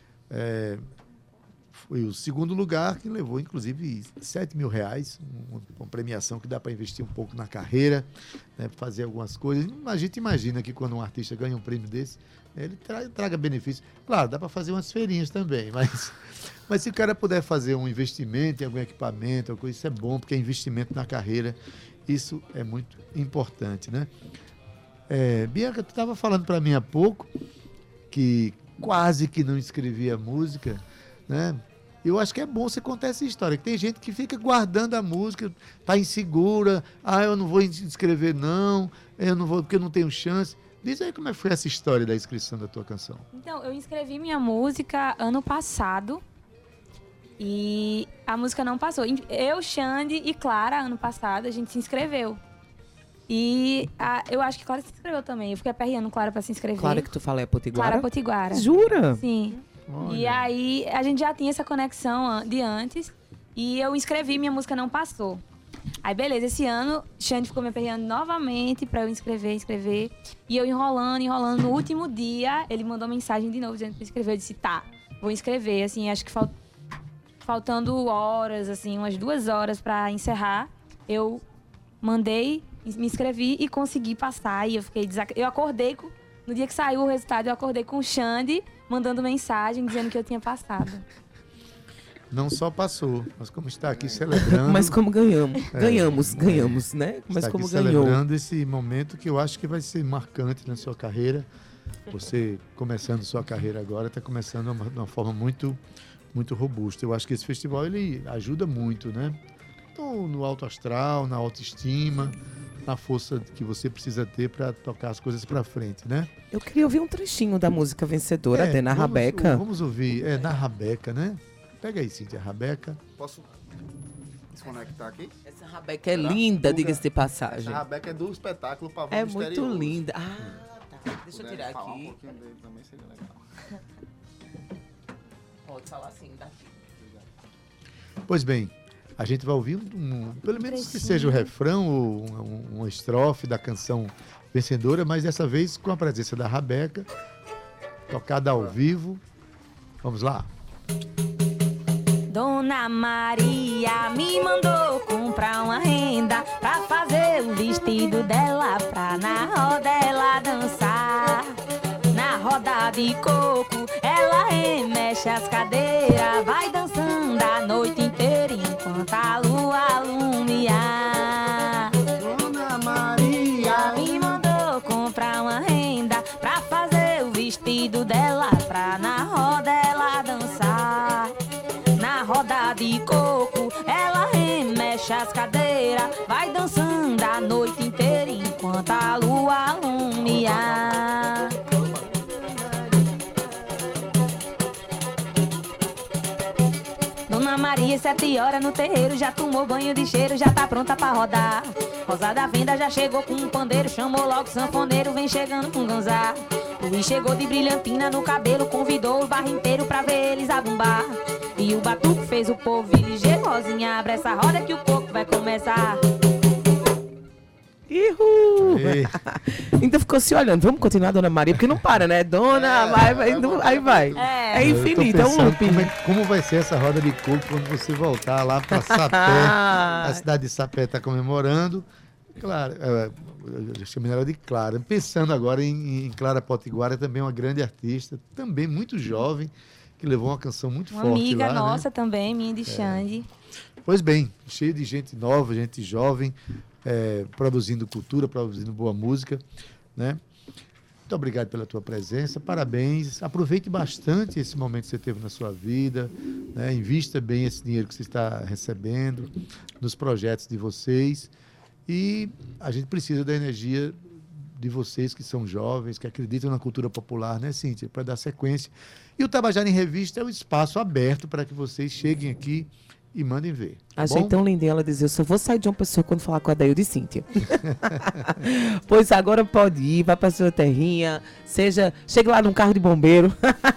S2: Foi o segundo lugar, que levou, inclusive, R$7 mil, uma premiação que dá para investir um pouco na carreira, né, fazer algumas coisas. A gente imagina que quando um artista ganha um prêmio desse, ele traga benefício. Claro, dá para fazer umas feirinhas também, mas se o cara puder fazer um investimento em algum equipamento, isso é bom, porque é investimento na carreira. Isso é muito importante, né? Bianca, tu estava falando para mim há pouco que quase que não escrevia música, né? Eu acho que é bom você contar essa história, que tem gente que fica guardando a música, tá insegura, eu não vou escrever não, eu não vou porque eu não tenho chance. Diz aí como é que foi essa história da inscrição da tua canção.
S11: Então, eu inscrevi minha música ano passado e a música não passou. Eu, Xande e Clara, ano passado, a gente se inscreveu. E eu acho que Clara se inscreveu também. Eu fiquei aperreando Clara pra se inscrever.
S4: Clara que tu fala é Potiguara?
S11: Clara Potiguara.
S4: Jura?
S11: Sim.
S2: Olha.
S11: E aí, a gente já tinha essa conexão de antes. E eu inscrevi, minha música não passou. Aí, beleza, esse ano, Xande ficou me aperreando novamente pra eu inscrever. E eu enrolando. No último dia, ele mandou mensagem de novo dizendo pra eu inscrever. Eu disse, tá, vou inscrever. Assim, acho que faltando horas, assim, umas 2 horas pra encerrar, eu mandei, me inscrevi e consegui passar. E eu fiquei eu acordei, no dia que saiu o resultado, eu acordei com o Xande, mandando mensagem dizendo que eu tinha passado.
S2: Não só passou, mas como está aqui celebrando.
S4: Mas como ganhamos, né? Mas
S2: está
S4: como
S2: aqui
S4: ganhou.
S2: celebrando esse momento que eu acho que vai ser marcante na sua carreira. Você começando sua carreira agora, está começando de uma forma muito, muito robusta. Eu acho que esse festival ele ajuda muito, né? No alto astral, na autoestima, na força que você precisa ter para tocar as coisas para frente, né?
S4: Eu queria ouvir um trechinho da música vencedora, na Rabeca.
S2: Vamos ouvir, na Rabeca, né? Pega aí, Cíntia, Rabeca.
S9: Posso desconectar aqui?
S4: Essa Rabeca é linda, diga-se de passagem.
S9: Essa Rabeca é do espetáculo Pavão
S4: É
S9: Misterioso.
S4: muito linda. Tá. Deixa eu tirar
S9: falar
S4: aqui.
S9: um pouquinho dele também seria legal.
S4: Pode falar assim, daqui.
S2: Pois bem, a gente vai ouvir pelo menos que seja o refrão ou uma estrofe da canção vencedora, mas dessa vez com a presença da Rabeca, tocada ao vivo. Vamos lá.
S3: Dona Maria me mandou comprar uma renda pra fazer o vestido dela, pra na roda ela dançar. Na roda de coco ela remexe as cadeiras, vai dançando a noite inteira enquanto a lua alumiar.
S9: Dona Maria
S3: Me mandou comprar uma renda pra fazer o vestido dela, pra na roda ela dançar. Na roda de coco ela remexe as cadeiras, vai dançando a noite inteira enquanto a lua alumiar. Dona Maria, 7 horas no terreiro, já tomou banho de cheiro, já tá pronta pra rodar. Rosa da Venda já chegou com um pandeiro, chamou logo o sanfoneiro, vem chegando com ganzá. Luiz chegou de brilhantina no cabelo, convidou o barro inteiro pra ver eles abumbar. E o batuque fez o povo ir ligeiro, Rosinha, abre essa roda que o coco vai começar.
S4: Ihul! Ainda ficou se olhando. Vamos continuar, Dona Maria, porque não para, né? Dona, aí vai. É infinito, é um looping.
S2: Como vai ser essa roda de coco quando você voltar lá para Sapé? A cidade de Sapé está comemorando. Claro, eu chamei ela de Clara. Pensando agora em Clara Potiguara, também uma grande artista, também muito jovem, que levou uma canção muito
S11: Uma
S2: forte
S11: amiga
S2: lá,
S11: nossa
S2: né?
S11: também, minha de Xande.
S2: Pois bem, cheio de gente nova, gente jovem, produzindo cultura, produzindo boa música, né? Muito obrigado pela tua presença, parabéns, aproveite bastante esse momento que você teve na sua vida, né? Invista bem esse dinheiro que você está recebendo nos projetos de vocês e a gente precisa da energia de vocês que são jovens, que acreditam na cultura popular, né, Cíntia? Para dar sequência. E o Tabajara em Revista é um espaço aberto para que vocês cheguem aqui e mandem ver. Tá
S4: Achei
S2: bom?
S4: tão lindinha ela dizer, eu só vou sair de uma pessoa quando falar com a Adaildo e Cíntia. Pois agora pode ir, vai pra sua terrinha, chegue lá num carro de bombeiro.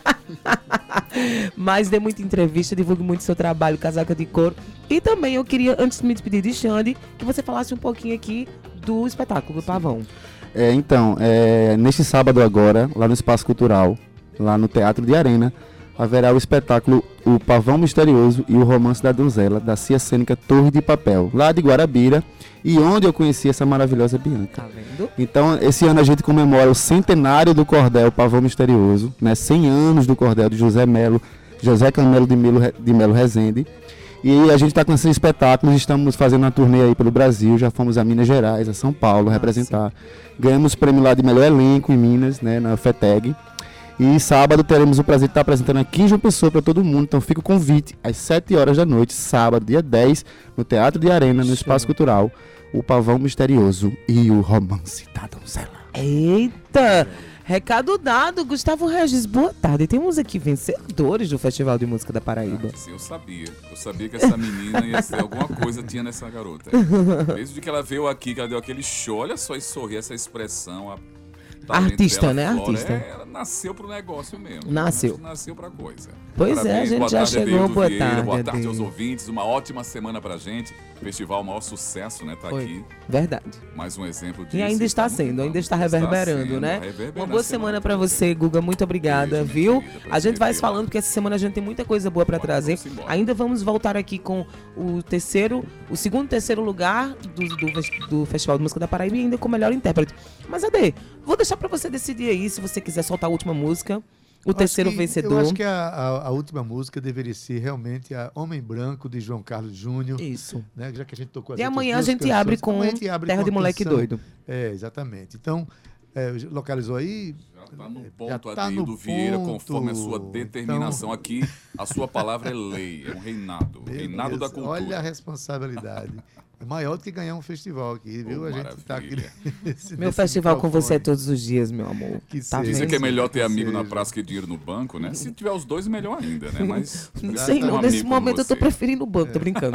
S4: Mas dê muita entrevista, divulgue muito seu trabalho, Casaca de Couro. E também eu queria, antes de me despedir de Xande, que você falasse um pouquinho aqui do espetáculo do Pavão.
S9: Neste sábado agora, lá no Espaço Cultural, lá no Teatro de Arena, haverá o espetáculo O Pavão Misterioso e o Romance da Donzela, da Cia Cênica Torre de Papel, lá de Guarabira, e onde eu conheci essa maravilhosa Bianca.
S4: Tá vendo?
S9: Então, esse ano a gente comemora o centenário do cordel Pavão Misterioso, né? 100 anos do cordel de José Camelo de Melo Rezende. E a gente está com esses espetáculos, estamos fazendo uma turnê aí pelo Brasil, já fomos a Minas Gerais, a São Paulo representar. Ganhamos o prêmio lá de melhor elenco em Minas, né, na FETEG. E sábado teremos o prazer de estar apresentando aqui em João Pessoa para todo mundo. Então fica o convite às 7 horas da noite, sábado, dia 10, no Teatro de Arena, no Espaço Cultural, o Pavão Misterioso e o Romance da Donzela.
S4: Eita! Recado dado, Gustavo Regis, boa tarde. Temos aqui vencedores do Festival de Música da Paraíba.
S1: Sim, eu sabia. Eu sabia que essa menina ia ser alguma coisa, tinha nessa garota. Desde que ela veio aqui, que ela deu aquele show, olha só esse sorriso, essa expressão.
S4: Artista, né?
S1: Flora,
S4: Artista.
S1: Ela nasceu pro negócio mesmo.
S4: Nasceu
S1: pra coisa.
S4: Pois
S1: Parabéns,
S4: a gente
S1: boa
S4: já
S1: tarde,
S4: chegou,
S1: Adeildo
S4: boa
S1: Vieira,
S4: tarde.
S1: Boa tarde
S4: Adeildo.
S1: aos ouvintes, uma ótima semana pra gente. Festival, maior sucesso, né? Tá aqui.
S4: Verdade.
S1: Mais um exemplo disso.
S4: E ainda está sendo, ainda está reverberando, né? Uma boa semana pra você, Guga. Muito obrigada, viu? A gente vai se falando, porque essa semana a gente tem muita coisa boa pra trazer. Ainda vamos voltar aqui com o segundo e terceiro lugar do Festival de Música da Paraíba e ainda com o melhor intérprete. Mas, Ade, vou deixar pra você decidir aí, se você quiser soltar a última música. O terceiro vencedor.
S2: Eu acho que a última música deveria ser realmente a Homem Branco, de João Carlos Júnior.
S4: Isso.
S2: Né? Já que a gente tocou as
S4: E
S2: outras
S4: amanhã a
S2: duas
S4: gente
S2: canções,
S4: abre com
S2: amanhã a gente abre
S4: Terra
S2: com
S4: de
S2: a
S4: Moleque
S2: canção.
S4: Doido.
S2: Exatamente. Então, localizou aí?
S1: Já tá no ponto,
S2: Já tá
S1: Adeildo
S2: no
S1: Vieira,
S2: ponto.
S1: conforme a sua determinação aqui. A sua palavra é lei, é um reinado. Reinado da cultura.
S2: Olha a responsabilidade. É maior do que ganhar um festival aqui, viu? A gente tá aqui.
S4: Meu festival com você é todos os dias, meu amor. Tá
S1: Dizem
S4: vendo?
S1: que é melhor ter amigo na praça que dinheiro no banco, né? Se tiver os dois, melhor ainda, né? Mas
S4: Não sei não, nesse momento eu tô preferindo o banco, tô brincando.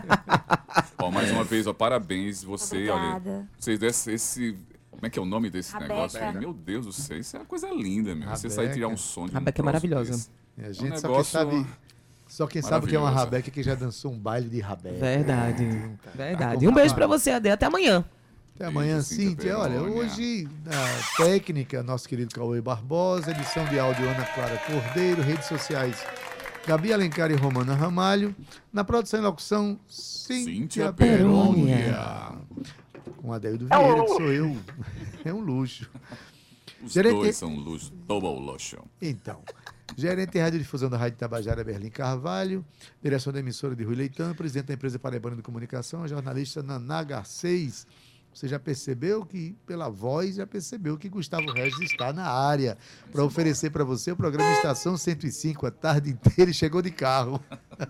S1: Ó, mais uma vez, ó, parabéns você,
S11: Obrigada.
S1: olha. Vocês desse esse. Como é que é o nome desse
S11: Rabeca.
S1: negócio? Aí? Meu Deus do céu, isso é uma coisa linda, meu. Você sair tirar um som de
S4: Rabeca é maravilhosa.
S2: A
S1: um
S2: gente
S1: negócio
S2: só quem sabe que é uma
S1: maravilhoso.
S2: Rabeca que já dançou um baile de Rabeca.
S4: Verdade. Verdade. E um beijo pra você, Ade. Até amanhã.
S2: Até amanhã, Cíntia. Olha, hoje, na técnica, nosso querido Cauê Barbosa, edição de áudio Ana Clara Cordeiro, redes sociais Gabi Alencar e Romana Ramalho, na produção e locução Cíntia Perônia. Com Adeildo Vieira, que sou eu. É um luxo.
S1: Os dois são luxo, double luxo.
S2: Então, gerente de radiodifusão da Rádio Tabajara, Berlim Carvalho, direção da emissora de Rui Leitão, presidente da empresa Paraibana de Comunicação, a jornalista Naná Garcês. Você já percebeu que, pela voz, já percebeu que Gustavo Regis está na área para oferecer para você o programa Estação 105 a tarde inteira e chegou de carro.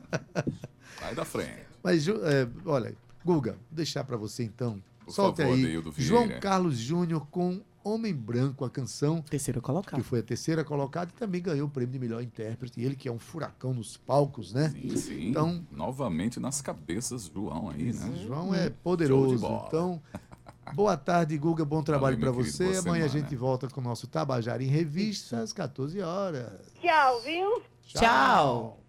S1: Sai da frente.
S2: Mas, olha, Guga, vou deixar para você então.
S1: Por
S2: Solte
S1: favor,
S2: aí,
S1: Adeildo Vieira.
S2: João Carlos Júnior com Homem Branco, a canção.
S4: Terceira colocada.
S2: Que foi a terceira colocada e também ganhou o prêmio de melhor intérprete. Ele que é um furacão nos palcos, né?
S1: Sim.
S2: Então,
S1: novamente nas cabeças, João aí, né?
S2: João é
S1: Show de
S2: poderoso.
S1: bola.
S2: Então, boa tarde, Guga. Bom trabalho para
S1: meu querido,
S2: você.
S1: boa
S2: Amanhã a
S1: semana.
S2: gente volta com o nosso Tabajara em Revista às 14 horas.
S12: Tchau, viu?
S4: Tchau.